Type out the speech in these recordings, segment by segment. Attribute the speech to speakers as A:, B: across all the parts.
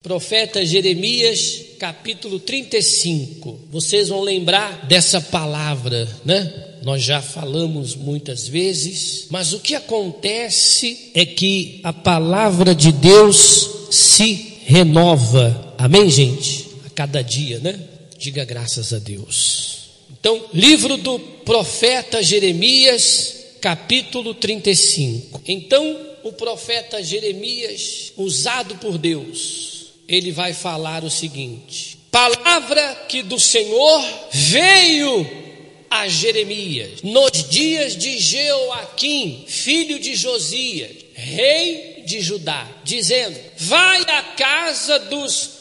A: Profeta Jeremias, capítulo 35. Vocês vão lembrar dessa palavra, né? Nós já falamos muitas vezes, mas o que acontece é que a palavra de Deus se renova. Amém, gente? A cada dia, né? Diga graças a Deus. Então, livro do profeta Jeremias, capítulo 35. Então, o profeta Jeremias, usado por Deus, ele vai falar o seguinte: palavra que do Senhor veio a Jeremias nos dias de Jeoaquim, filho de Josias, rei de Judá, dizendo: vai à casa dos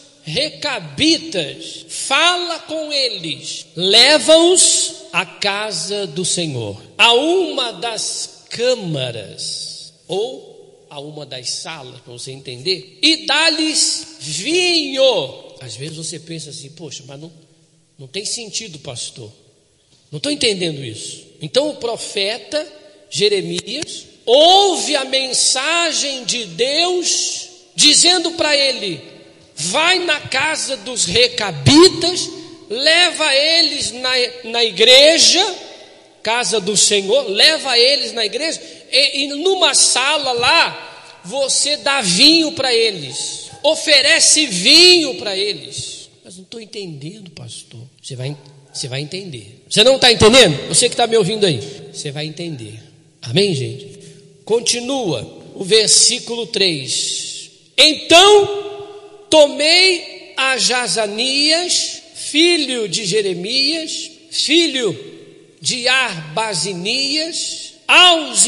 A: recabitas, fala com eles, leva-os à casa do Senhor, a uma das câmaras, ou a uma das salas, para você entender, e dá-lhes vinho. Às vezes você pensa assim: poxa, mas não tem sentido, pastor, não estou entendendo isso. Então o profeta Jeremias ouve a mensagem de Deus, dizendo para ele: vai na casa dos recabitas, leva eles na igreja, casa do Senhor, leva eles na igreja, e numa sala lá, você dá vinho para eles, oferece vinho para eles. Mas não estou entendendo, pastor. Você vai entender. Você não está entendendo? Você que está me ouvindo aí, você vai entender. Amém, gente? Continua o versículo 3. Então tomei a Jazanias, filho de Jeremias, filho de Arbazinias, aos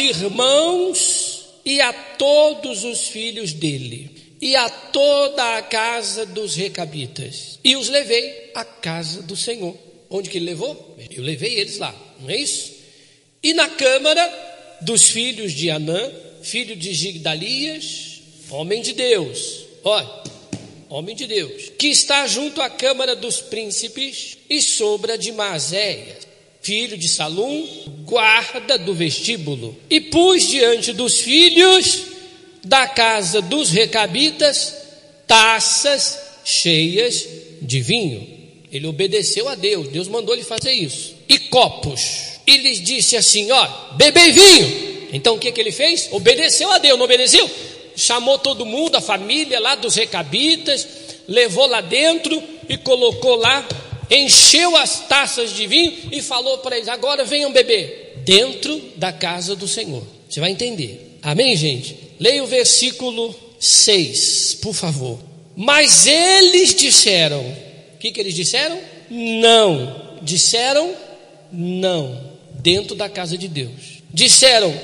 A: irmãos e a todos os filhos dele, e a toda a casa dos recabitas, e os levei à casa do Senhor. Onde que ele levou? Eu levei eles lá, não é isso? E na câmara dos filhos de Anã, filho de Gigdalias, homem de Deus, olha, homem de Deus, que está junto à câmara dos príncipes, e sobre a de Maazéias, filho de Salum, guarda do vestíbulo, e pus diante dos filhos da casa dos recabitas taças cheias de vinho. Ele obedeceu a Deus, Deus mandou ele fazer isso, e copos, e lhes disse assim: ó, bebei vinho. Então o que ele fez? Obedeceu a Deus, não obedeceu? Chamou todo mundo, a família lá dos recabitas, levou lá dentro e colocou lá, encheu as taças de vinho e falou para eles: agora venham beber dentro da casa do Senhor. Você vai entender. Amém, gente? Leia o versículo 6, por favor. Mas eles disseram, o que eles disseram? Não. Disseram não, dentro da casa de Deus. Disseram: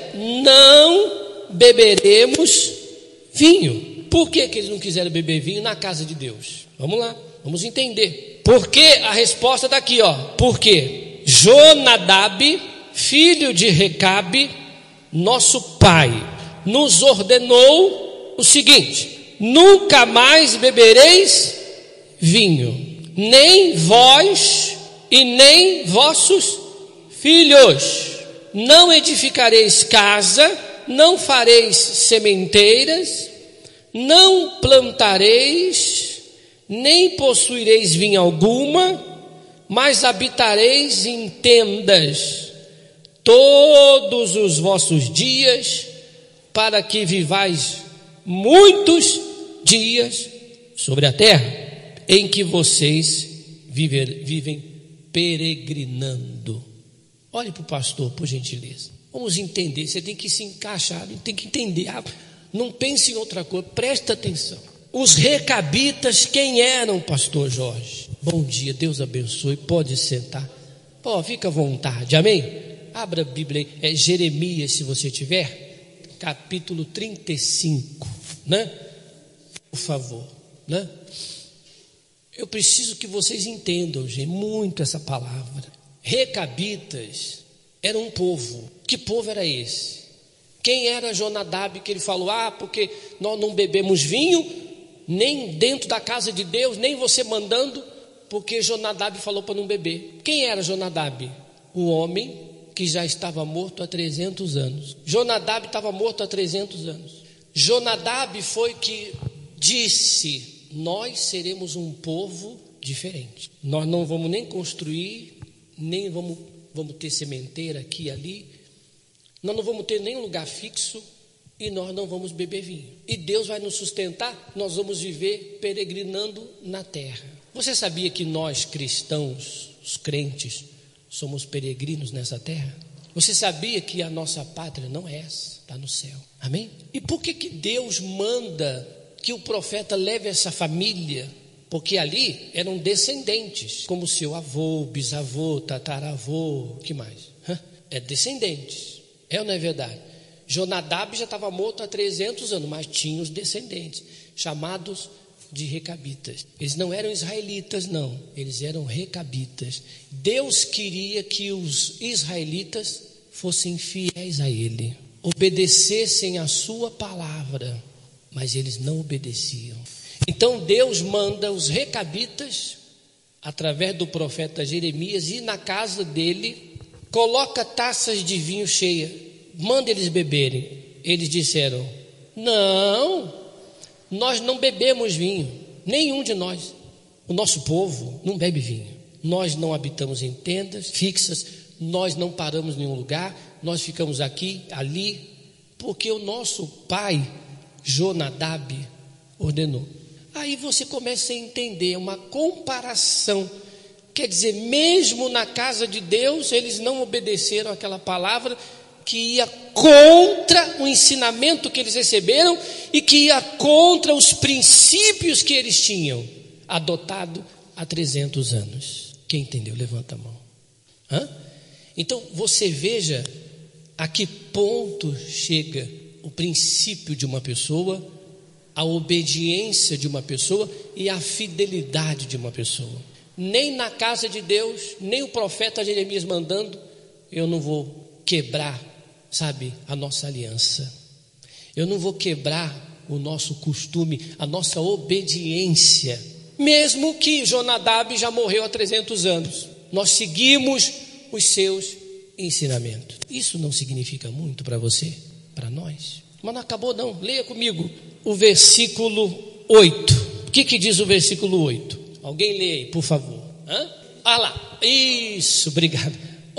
A: não beberemos vinho. Por que eles não quiseram beber vinho na casa de Deus? Vamos lá, vamos entender. Porque a resposta está aqui, ó. Porque Jonadab, filho de Recabe, nosso pai, nos ordenou o seguinte: nunca mais bebereis vinho, nem vós e nem vossos filhos. Não edificareis casa, não fareis sementeiras, não plantareis, nem possuireis vinha alguma, mas habitareis em tendas todos os vossos dias, para que vivais muitos dias sobre a terra, em que vocês vivem peregrinando. Olhe para o pastor, por gentileza. Vamos entender, você tem que se encaixar, tem que entender. Não pense em outra coisa, presta atenção. Os recabitas, quem eram, pastor Jorge? Bom dia, Deus abençoe, pode sentar. Fica à vontade, amém? Abra a Bíblia aí, Jeremias, se você tiver, capítulo 35, né? Por favor, né? Eu preciso que vocês entendam, gente, muito essa palavra. Recabitas era um povo. Que povo era esse? Quem era Jonadab que ele falou: porque nós não bebemos vinho, nem dentro da casa de Deus, nem você mandando, porque Jonadab falou para não beber. Quem era Jonadab? O homem que já estava morto há 300 anos. Jonadab estava morto há 300 anos. Jonadab foi que disse nós seremos um povo diferente. Nós não vamos nem construir, nem vamos ter sementeira aqui e ali. Nós não vamos ter nenhum lugar fixo e nós não vamos beber vinho. E Deus vai nos sustentar, nós vamos viver peregrinando na terra. Você sabia que nós cristãos, os crentes, somos peregrinos nessa terra? Você sabia que a nossa pátria não é essa, está no céu? Amém? E por que Deus manda que o profeta leve essa família? Porque ali eram descendentes, como seu avô, bisavô, tataravô, o que mais? É descendentes, é ou não é verdade? Jonadab já estava morto há 300 anos, mas tinha os descendentes, chamados de recabitas. Eles não eram israelitas, não, eles eram recabitas. Deus queria que os israelitas fossem fiéis a Ele, obedecessem a sua palavra, mas eles não obedeciam. Então Deus manda os recabitas, através do profeta Jeremias, ir na casa dele, coloca taças de vinho cheia, manda eles beberem. Eles disseram: não, nós não bebemos vinho, nenhum de nós. O nosso povo não bebe vinho. Nós não habitamos em tendas fixas, nós não paramos em nenhum lugar, nós ficamos aqui, ali, porque o nosso pai Jonadab ordenou. Aí você começa a entender uma comparação. Quer dizer, mesmo na casa de Deus, eles não obedeceram aquela palavra que ia contra o ensinamento que eles receberam e que ia contra os princípios que eles tinham adotado há 300 anos. Quem entendeu? Levanta a mão. Então você veja a que ponto chega o princípio de uma pessoa, a obediência de uma pessoa e a fidelidade de uma pessoa. Nem na casa de Deus, nem o profeta Jeremias mandando, eu não vou quebrar, a nossa aliança. Eu não vou quebrar o nosso costume, a nossa obediência. Mesmo que Jonadab já morreu há 300 anos, nós seguimos os seus ensinamentos. Isso não significa muito para você, para nós? Mas não acabou não, leia comigo o versículo 8. O que diz o versículo 8? Alguém lê aí, por favor. Lá, isso, obrigado.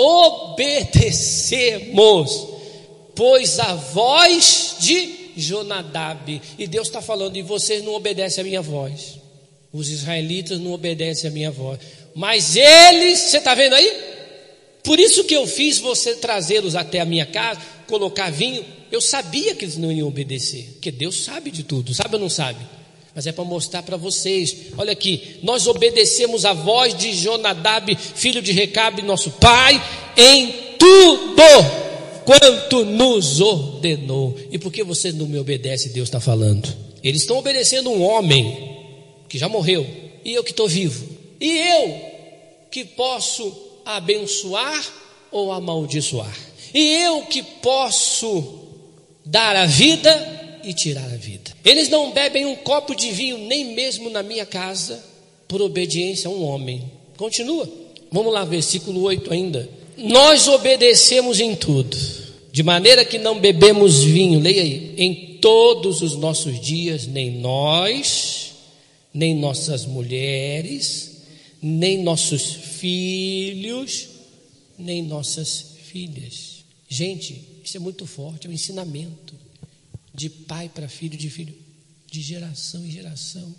A: Obedecemos, pois a voz de Jonadab. E Deus está falando: e vocês não obedecem a minha voz. Os israelitas não obedecem a minha voz, mas eles, você está vendo aí? Por isso que eu fiz você trazê-los até a minha casa, colocar vinho. Eu sabia que eles não iam obedecer, porque Deus sabe de tudo, sabe ou não sabe? Mas é para mostrar para vocês. Olha aqui, nós obedecemos a voz de Jonadab, filho de Recabe, nosso pai, em tudo quanto nos ordenou. E por que vocês não me obedecem? Deus está falando. Eles estão obedecendo um homem que já morreu, e eu que estou vivo, e eu que posso abençoar ou amaldiçoar, e eu que posso dar a vida e tirar a vida. Eles não bebem um copo de vinho, nem mesmo na minha casa, por obediência a um homem. Continua, vamos lá, versículo 8 ainda. Nós obedecemos em tudo, de maneira que não bebemos vinho, leia aí, em todos os nossos dias, nem nós, nem nossas mulheres, nem nossos filhos, nem nossas filhas. Gente, isso é muito forte, é um ensinamento de pai para filho, de geração em geração.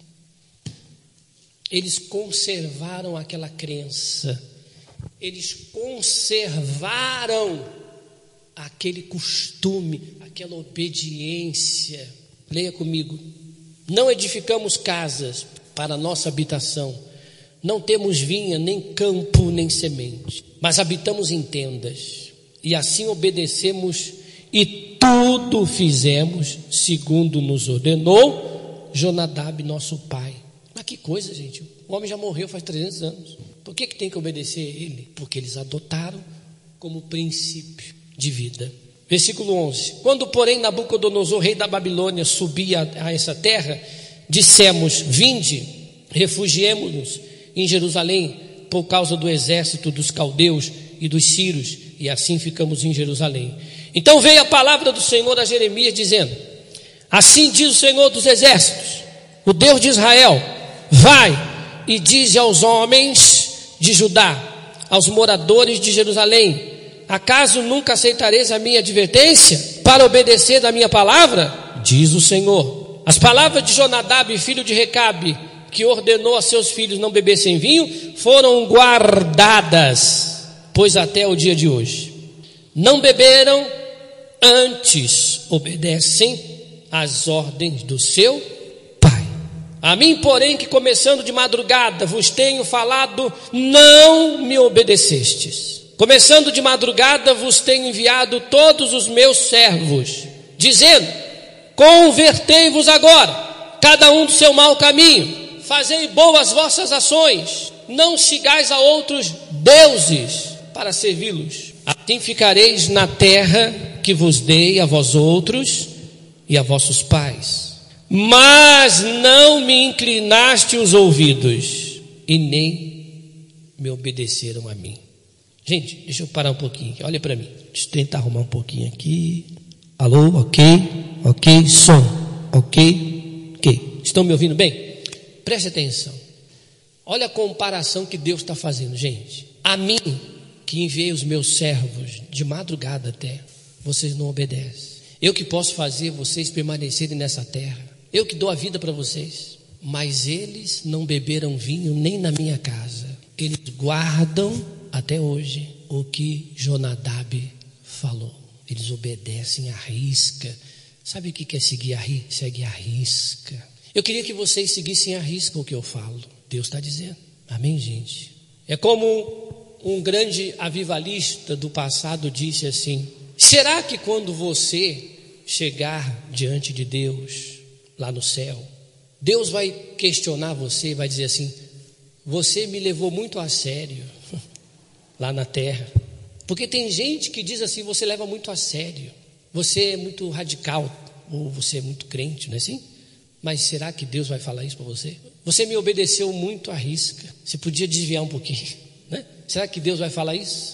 A: Eles conservaram aquela crença, eles conservaram aquele costume, aquela obediência. Leia comigo. Não edificamos casas para nossa habitação, não temos vinha, nem campo, nem semente, mas habitamos em tendas, e assim obedecemos e tudo fizemos segundo nos ordenou Jonadab, nosso pai. Mas que coisa, gente, o homem já morreu faz 300 anos, por que tem que obedecer a ele? Porque eles adotaram como princípio de vida. Versículo 11. Quando, porém, Nabucodonosor, rei da Babilônia, subia a essa terra, dissemos: vinde, refugiemo-nos em Jerusalém, por causa do exército dos caldeus e dos sírios, e assim ficamos em Jerusalém. Então veio a palavra do Senhor a Jeremias, dizendo: assim diz o Senhor dos exércitos: o Deus de Israel: vai e dize aos homens de Judá, aos moradores de Jerusalém: acaso nunca aceitareis a minha advertência para obedecer da minha palavra? Diz o Senhor. As palavras de Jonadab, filho de Recabe, que ordenou a seus filhos não bebessem vinho, foram guardadas, pois até o dia de hoje não beberam, antes obedecem às ordens do seu pai. A mim, porém, que começando de madrugada vos tenho falado, não me obedecestes. Começando de madrugada vos tenho enviado todos os meus servos, dizendo: convertei-vos agora, cada um do seu mau caminho, fazei boas vossas ações, não sigais a outros deuses para servi-los. Assim ficareis na terra que vos dei a vós outros e a vossos pais. Mas não me inclinaste os ouvidos e nem me obedeceram a mim. Gente, deixa eu parar um pouquinho aqui. Olha para mim. Deixa eu tentar arrumar um pouquinho aqui. Alô, ok, som, ok. Estão me ouvindo bem? Preste atenção. Olha a comparação que Deus está fazendo, gente. A mim, que enviei os meus servos de madrugada até, vocês não obedecem. Eu que posso fazer vocês permanecerem nessa terra. Eu que dou a vida para vocês. Mas eles não beberam vinho nem na minha casa. Eles guardam até hoje o que Jonadab falou. Eles obedecem à risca. Sabe o que é seguir a risca? Segue a risca. Eu queria que vocês seguissem à risca o que eu falo. Deus está dizendo. Amém, gente? É como um grande avivalista do passado disse assim: será que quando você chegar diante de Deus lá no céu, Deus vai questionar você, vai dizer assim: você me levou muito a sério lá na terra? Porque tem gente que diz assim: você leva muito a sério, você é muito radical, ou você é muito crente, não é assim? Mas será que Deus vai falar isso para você? Você me obedeceu muito à risca, você podia desviar um pouquinho, né? Será que Deus vai falar isso?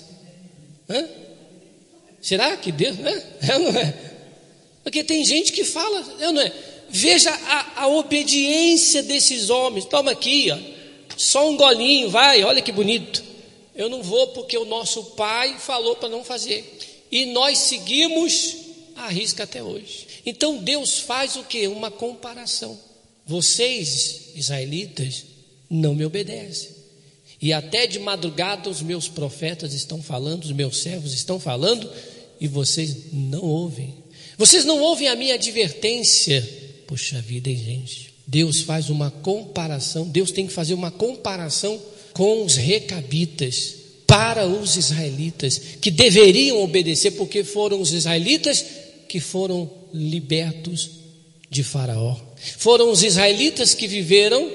A: Será que Deus, né? Não é? Porque tem gente que fala, não é? Veja a obediência desses homens. Toma aqui, ó, só um golinho, vai, olha que bonito. Eu não vou porque o nosso pai falou para não fazer. E nós seguimos a risca até hoje. Então Deus faz o quê? Uma comparação. Vocês, israelitas, não me obedecem. E até de madrugada os meus profetas estão falando, os meus servos estão falando, e vocês não ouvem. Vocês não ouvem a minha advertência. Poxa vida, hein, gente? Deus faz uma comparação. Deus tem que fazer uma comparação com os recabitas para os israelitas, que deveriam obedecer, porque foram os israelitas que foram libertos de Faraó. Foram os israelitas que viveram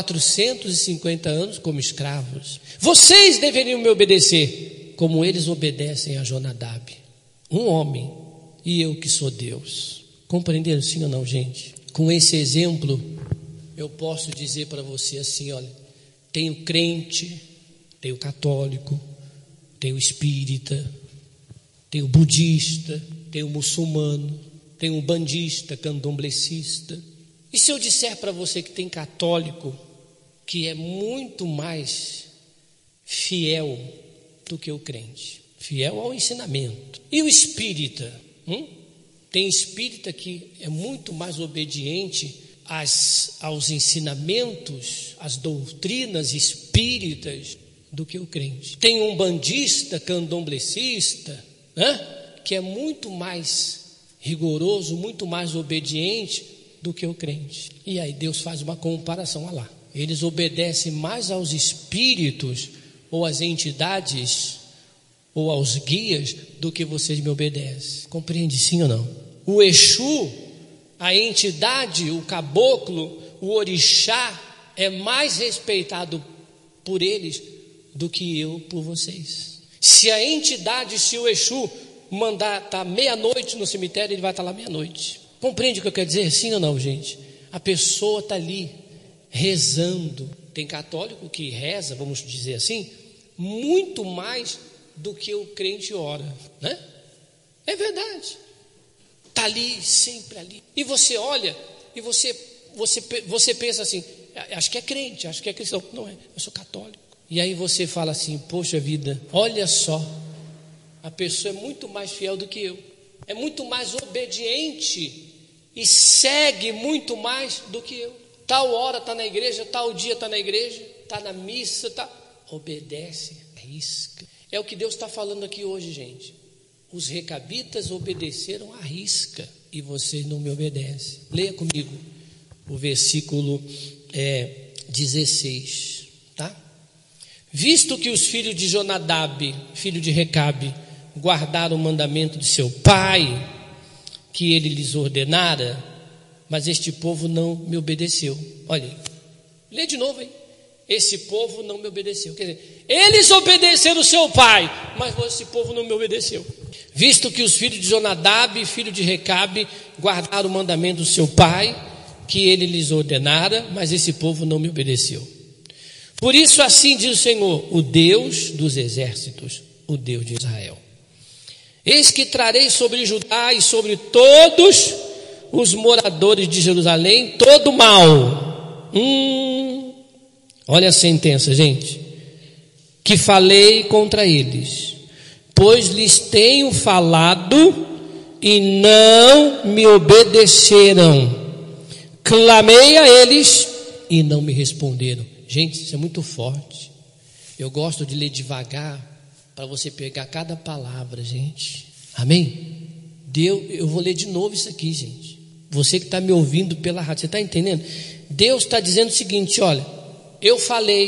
A: 450 anos como escravos. Vocês deveriam me obedecer, como eles obedecem a Jonadab, um homem, e eu que sou Deus. Compreenderam sim ou não, gente? Com esse exemplo, eu posso dizer para você assim: olha, tem o crente, tem o católico, tem o espírita, tem o budista, tem o muçulmano, tem o bandista, candomblecista. E se eu disser para você que tem católico que é muito mais fiel do que o crente, fiel ao ensinamento, e o espírita? Tem espírita que é muito mais obediente aos ensinamentos, às doutrinas espíritas do que o crente. Tem um bandista, candomblecista, que é muito mais rigoroso, muito mais obediente do que o crente. E aí Deus faz uma comparação, olha lá. Eles obedecem mais aos espíritos ou às entidades ou aos guias do que vocês me obedecem. Compreende sim ou não? O Exu, a entidade, o caboclo, o orixá é mais respeitado por eles do que eu por vocês. Se a entidade, se o Exu mandar estar meia-noite no cemitério, ele vai estar lá meia-noite. Compreende o que eu quero dizer? Sim ou não, gente? A pessoa está ali rezando. Tem católico que reza, vamos dizer assim, muito mais do que o crente ora, né? É verdade. Está ali, sempre ali. E você olha, e você você pensa assim, acho que é crente, acho que é cristão. Não é, eu sou católico. E aí você fala assim, poxa vida, olha só, a pessoa é muito mais fiel do que eu, é muito mais obediente e segue muito mais do que eu. Tal hora está na igreja, tal dia está na igreja, está na missa, obedece, arrisca. É o que Deus está falando aqui hoje, gente. Os recabitas obedeceram à risca e vocês não me obedecem. Leia comigo o versículo 16, tá? Visto que os filhos de Jonadab, filho de Recabe, guardaram o mandamento de seu pai, que ele lhes ordenara, mas este povo não me obedeceu. Olha aí, lê de novo aí. Esse povo não me obedeceu. Quer dizer, eles obedeceram o seu pai, mas esse povo não me obedeceu. Visto que os filhos de Jonadab, filho de Recabe, guardaram o mandamento do seu pai, que ele lhes ordenara, mas esse povo não me obedeceu. Por isso assim diz o Senhor, o Deus dos exércitos, o Deus de Israel: eis que trarei sobre Judá e sobre todos os moradores de Jerusalém todo mal. Olha a sentença, gente. Que falei contra eles, pois lhes tenho falado e não me obedeceram. Clamei a eles e não me responderam. Gente, isso é muito forte. Eu gosto de ler devagar para você pegar cada palavra, gente. Amém? Eu vou ler de novo isso aqui, gente. Você que está me ouvindo pela rádio, você está entendendo? Deus está dizendo o seguinte, olha, eu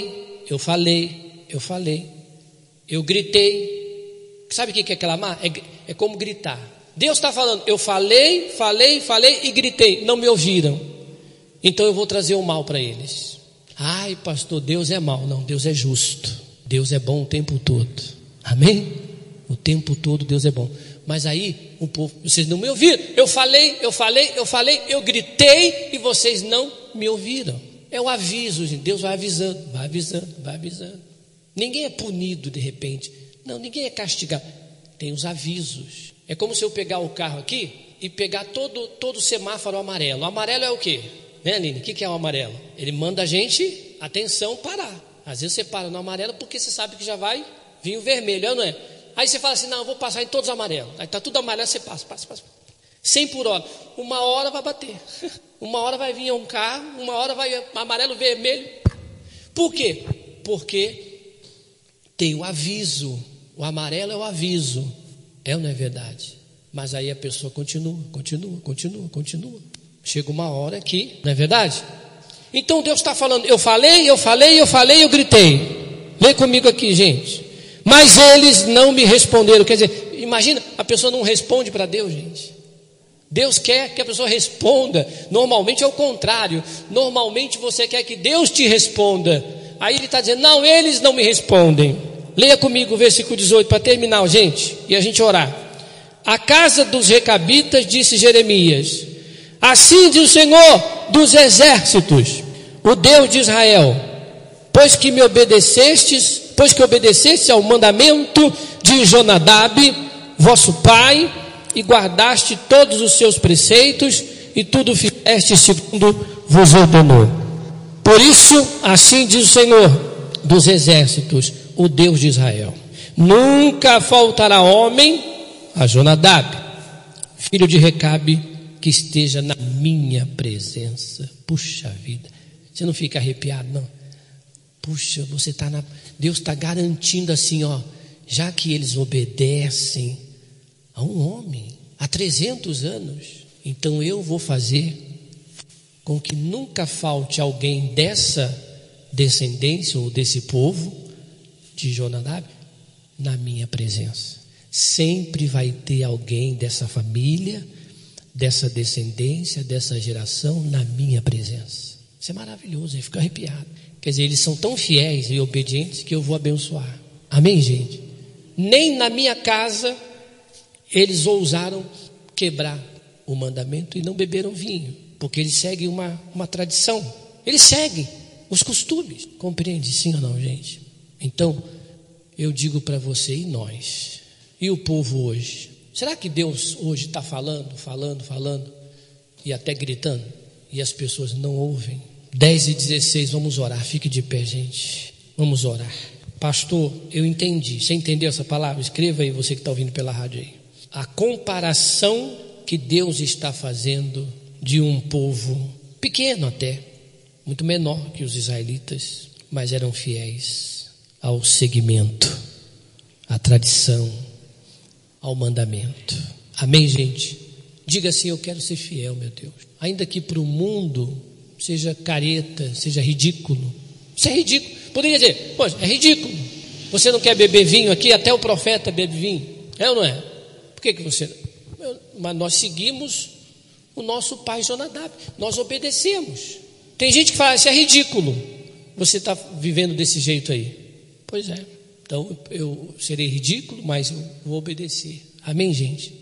A: gritei. Sabe o que é clamar? É como gritar. Deus está falando, eu falei e gritei, não me ouviram. Então eu vou trazer o mal para eles. Ai, pastor, Deus é mau. Não, Deus é justo. Deus é bom o tempo todo. Amém? O tempo todo Deus é bom. Mas aí o povo, vocês não me ouviram. Eu falei, eu gritei e vocês não me ouviram. É o aviso, gente. Deus vai avisando. Ninguém é punido de repente. Não, ninguém é castigado. Tem os avisos. É como se eu pegar o carro aqui e pegar todo o semáforo amarelo. O amarelo é o quê? Né, Aline? O que é o amarelo? Ele manda a gente, atenção, parar. Às vezes você para no amarelo porque você sabe que já vai vir o vermelho, não é? Aí você fala assim, não, eu vou passar em todos os amarelos. Aí está tudo amarelo, você passa. 100 por hora. Uma hora vai bater. Uma hora vai vir um carro, uma hora vai amarelo, vermelho. Por quê? Porque tem o aviso. O amarelo é o aviso. É ou não é verdade? Mas aí a pessoa continua. Chega uma hora que, não é verdade? Então Deus está falando, eu falei, eu gritei. Lê comigo aqui, gente. Mas eles não me responderam. Quer dizer, imagina, a pessoa não responde para Deus, gente. Deus quer que a pessoa responda. Normalmente é o contrário. Normalmente você quer que Deus te responda. Aí ele está dizendo, não, eles não me respondem. Leia comigo o versículo 18 para terminar, gente, e a gente orar. A casa dos recabitas, disse Jeremias, assim diz o Senhor dos exércitos, o Deus de Israel, pois que obedeceste ao mandamento de Jonadab, vosso pai, e guardaste todos os seus preceitos, e tudo fizeste segundo vos ordenou. Por isso, assim diz o Senhor dos exércitos, o Deus de Israel: nunca faltará homem a Jonadab, filho de Recabe, que esteja na minha presença. Puxa vida, você não fica arrepiado, não? Puxa, você está Deus está garantindo assim, ó, já que eles obedecem a um homem há 300 anos, então eu vou fazer com que nunca falte alguém dessa descendência ou desse povo de Jonadab na minha presença. Sempre vai ter alguém dessa família, dessa descendência, dessa geração na minha presença. Isso é maravilhoso, eu fico arrepiado. Quer dizer, eles são tão fiéis e obedientes que eu vou abençoar. Amém, gente? Nem na minha casa eles ousaram quebrar o mandamento e não beberam vinho, porque eles seguem uma tradição. Eles seguem os costumes. Compreende, sim ou não, gente? Então, eu digo para você, e nós? E o povo hoje? Será que Deus hoje está falando e até gritando? e as pessoas não ouvem. 10:16, vamos orar, fique de pé, gente, vamos orar. Pastor, eu entendi, você entendeu essa palavra? Escreva aí, você que está ouvindo pela rádio aí. A comparação que Deus está fazendo de um povo pequeno até, muito menor que os israelitas, mas eram fiéis ao segmento, à tradição, ao mandamento. Amém, gente? Diga assim: eu quero ser fiel, meu Deus. Ainda que para o mundo seja careta, seja ridículo. Isso é ridículo. Poderia dizer: poxa, é ridículo. Você não quer beber vinho aqui? Até o profeta bebe vinho. É ou não é? Por que você... Mas nós seguimos o nosso pai Jonadab. Nós obedecemos. Tem gente que fala: isso é ridículo. Você está vivendo desse jeito aí. Pois é. Então eu serei ridículo, mas eu vou obedecer. Amém, gente?